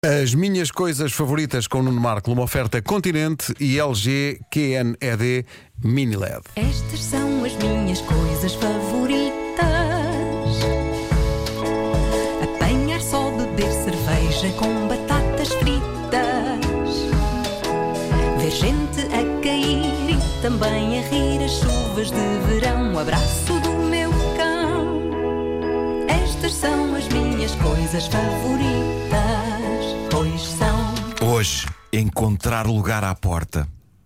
As minhas coisas favoritas com Nuno Marco, uma oferta Continente e LG QNED Mini LED. Estas são as minhas coisas favoritas: apanhar só, beber cerveja com batatas fritas, ver gente a cair e também a rir as chuvas de verão, o abraço do meu cão. Estas são as minhas coisas favoritas, pois são. Hoje, encontrar lugar à porta.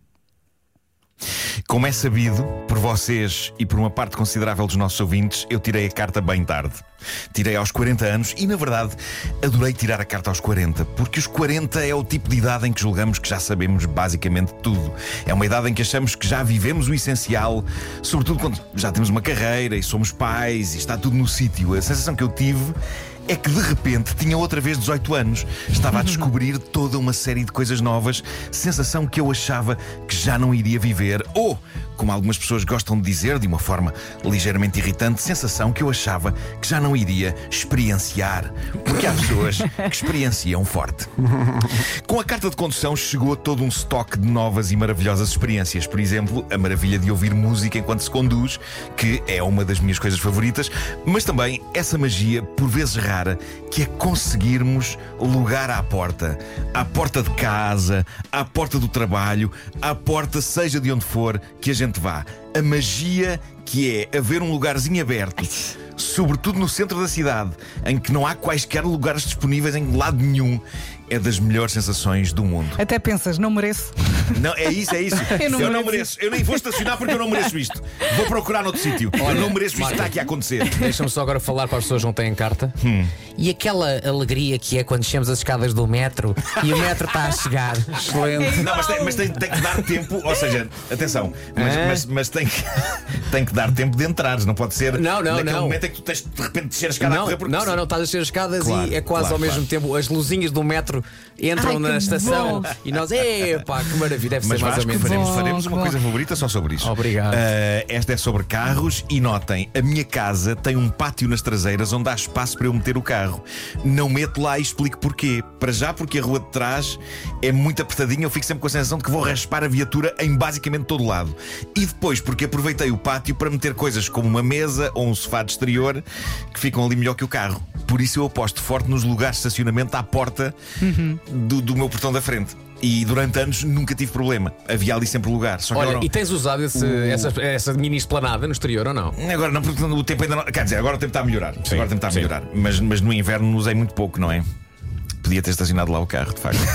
Como é sabido por vocês e por uma parte considerável dos nossos ouvintes, eu tirei a carta bem tarde. Tirei aos 40 anos e, na verdade, adorei tirar a carta aos 40, porque os 40 é o tipo de idade em que julgamos que já sabemos basicamente tudo. É uma idade em que achamos que já vivemos o essencial, sobretudo quando já temos uma carreira e somos pais e está tudo no sítio. A sensação que eu tive é que de repente tinha outra vez 18 anos. Estava a descobrir toda uma série de coisas novas. Sensação que eu achava que já não iria viver. Ou, como algumas pessoas gostam de dizer, de uma forma ligeiramente irritante, sensação que eu achava que já não iria experienciar. Porque há pessoas que experienciam forte. Com a carta de condução chegou todo um estoque de novas e maravilhosas experiências. Por exemplo, a maravilha de ouvir música enquanto se conduz, que é uma das minhas coisas favoritas, mas também essa magia, por vezes rara, que é conseguirmos lugar à porta de casa, à porta do trabalho, à porta seja de onde for que a gente vá. A magia que é haver um lugarzinho aberto, sobretudo no centro da cidade, em que não há quaisquer lugares disponíveis em lado nenhum, é das melhores sensações do mundo. Até pensas, não mereço. Não, é isso. Eu não mereço. Eu nem vou estacionar porque eu não mereço isto. Vou procurar noutro sítio. Eu não mereço isto que está aqui a acontecer. Deixa-me só agora falar para as pessoas que não têm carta. E aquela alegria que é quando descemos as escadas do metro e o metro está a chegar. Excelente. Não, mas tem que dar tempo. Ou seja, atenção, mas tem que dar tempo de entrares. Não pode ser naquele momento em que tu tens de repente descer a escada a correr porque... Não, estás a descer as escadas Claro, e é quase ao mesmo tempo as luzinhas do metro entram na estação e nós, epá, que maravilha, deve Mas ser mais ou Vasco, menos. faremos uma coisa favorita só sobre isso. Obrigado. Esta é sobre carros e notem, a minha casa tem um pátio nas traseiras onde há espaço para eu meter o carro. Não meto lá e explico porquê. Para já porque a rua de trás é muito apertadinha, eu fico sempre com a sensação de que vou raspar a viatura em basicamente todo lado. E depois porque aproveitei o pátio para meter coisas como uma mesa ou um sofá de exterior que ficam ali melhor que o carro. Por isso eu aposto forte nos lugares de estacionamento à porta do meu portão da frente. E durante anos nunca tive problema. Havia ali sempre lugar. Só que Olha, agora... e tens usado essa mini esplanada no exterior ou não? Agora não, porque o tempo ainda não... Quer dizer, agora o tempo está a melhorar. Sim, agora o tempo está a melhorar. Mas no inverno usei muito pouco, não é? Podia ter estacionado lá o carro, de facto.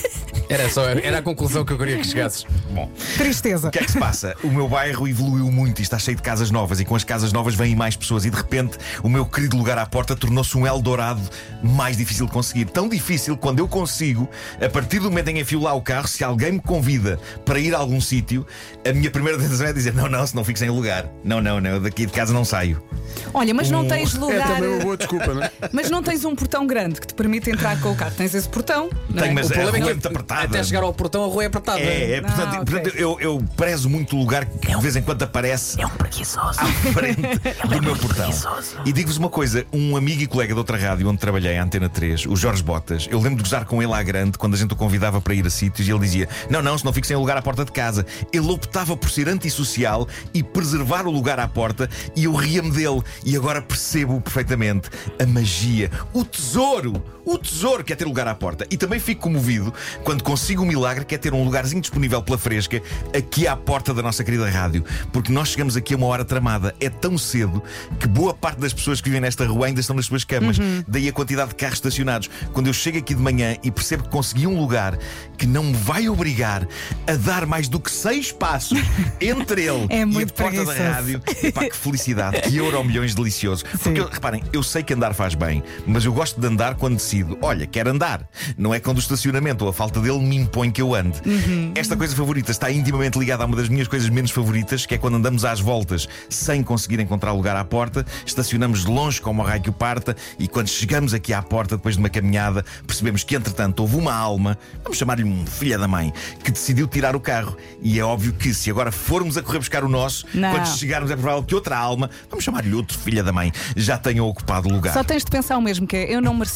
Era a conclusão que eu queria que chegasses. Bom, Tristeza. o que é que se passa? O meu bairro evoluiu muito e está cheio de casas novas. E com as casas novas vêm mais pessoas. E de repente o meu querido lugar à porta tornou-se um Eldorado mais difícil de conseguir. Tão difícil quando eu consigo, a partir do momento em que enfio lá o carro, se alguém me convida para ir a algum sítio, a minha primeira tentação é dizer: não, se não fico sem lugar. Não, eu daqui de casa não saio. Olha, mas não tens É lugar. também uma boa desculpa, não é? Mas não tens um portão grande que te permite entrar com o carro. Tens esse portão. Não é? Tenho, mas O a problema rua é é muito apertada. até chegar ao portão a rua é apertada. Portanto, ok. portanto, eu prezo muito o lugar que de vez em quando aparece Preguiçoso. à frente do meu portão. E digo-vos uma coisa: um amigo e colega de outra rádio onde trabalhei, a Antena 3, o Jorge Botas, eu lembro de gozar com ele à grande quando a gente o convidava para ir a sítios e ele dizia: não, se não fico sem lugar à porta de casa. Ele optava por ser antissocial e preservar o lugar à porta, e eu ria-me dele. E agora percebo perfeitamente a magia, o tesouro que é ter lugar à porta. E também fico comovido quando consigo o milagre que é ter um lugarzinho disponível pela fresca aqui à porta da nossa querida rádio. Porque nós chegamos aqui a uma hora tramada. É tão cedo que boa parte das pessoas que vivem nesta rua ainda estão nas suas camas. Daí a quantidade de carros estacionados. Quando eu chego aqui de manhã e percebo que consegui um lugar que não me vai obrigar a dar mais do que 6 passos entre ele É e a muito porta da preguiçoso. rádio. Epá, que felicidade, que Euromilhões delicioso. Porque reparem, eu sei que andar faz bem, mas eu gosto de andar quando decido: olha, quero andar. Não é quando o estacionamento ou a falta dele me impõe que eu ande. Esta coisa favorita está intimamente ligada a uma das minhas coisas menos favoritas, que é quando andamos às voltas sem conseguir encontrar lugar à porta, estacionamos de longe como o raio que o parta, e quando chegamos aqui à porta depois de uma caminhada, percebemos que entretanto houve uma alma, vamos chamar-lhe um filho da mãe, que decidiu tirar o carro. E é óbvio que se agora formos a correr buscar o nosso, Não. quando chegarmos é provável que outra alma, vamos chamar-lhe outro filho da mãe, já tenha ocupado o lugar. Só tens de pensar o mesmo, que é: eu não merecia este lugar.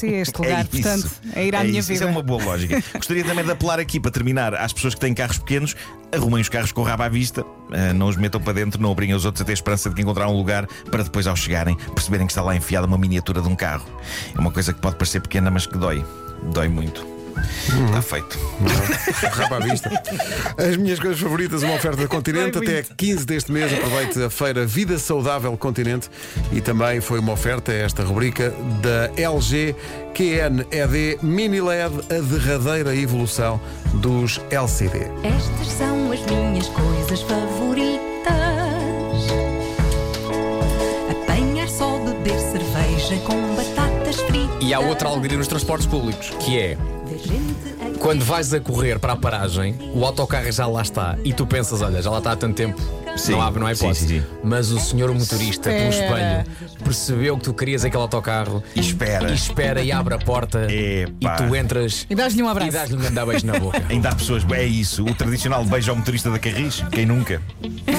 lugar. Portanto, é ir à minha vida. Isso é uma boa lógica. Gostaria também de apelar aqui, para terminar, às pessoas que têm carros pequenos: arrumem os carros com o rabo à vista, não os metam para dentro, não obriguem os outros a ter esperança de que encontraram um lugar para depois, ao chegarem, perceberem que está lá enfiada uma miniatura de um carro. É uma coisa que pode parecer pequena, mas que dói. Dói muito. Está feito. Rabo à vista. As minhas coisas favoritas, uma oferta da Continente. Até 15 deste mês aproveite a feira Vida Saudável Continente. E também foi uma oferta, esta rubrica, da LG QNED Mini LED, a derradeira evolução dos LCD. Estas são as minhas coisas favoritas: apanhar só, beber cerveja com batatas fritas. E há outra alegria nos transportes públicos, que é quando vais a correr para a paragem, o autocarro já lá está e tu pensas, olha, já lá está há tanto tempo. Sim. Não há hipótese. Sim. Mas o senhor motorista, pelo espelho, percebeu que tu querias aquele autocarro E espera. e abre a porta Epá. e tu entras E dás-lhe um abraço. e dás-lhe um grande beijo na boca. Ainda há pessoas, é isso, o tradicional beijo ao motorista da Carris. Quem nunca?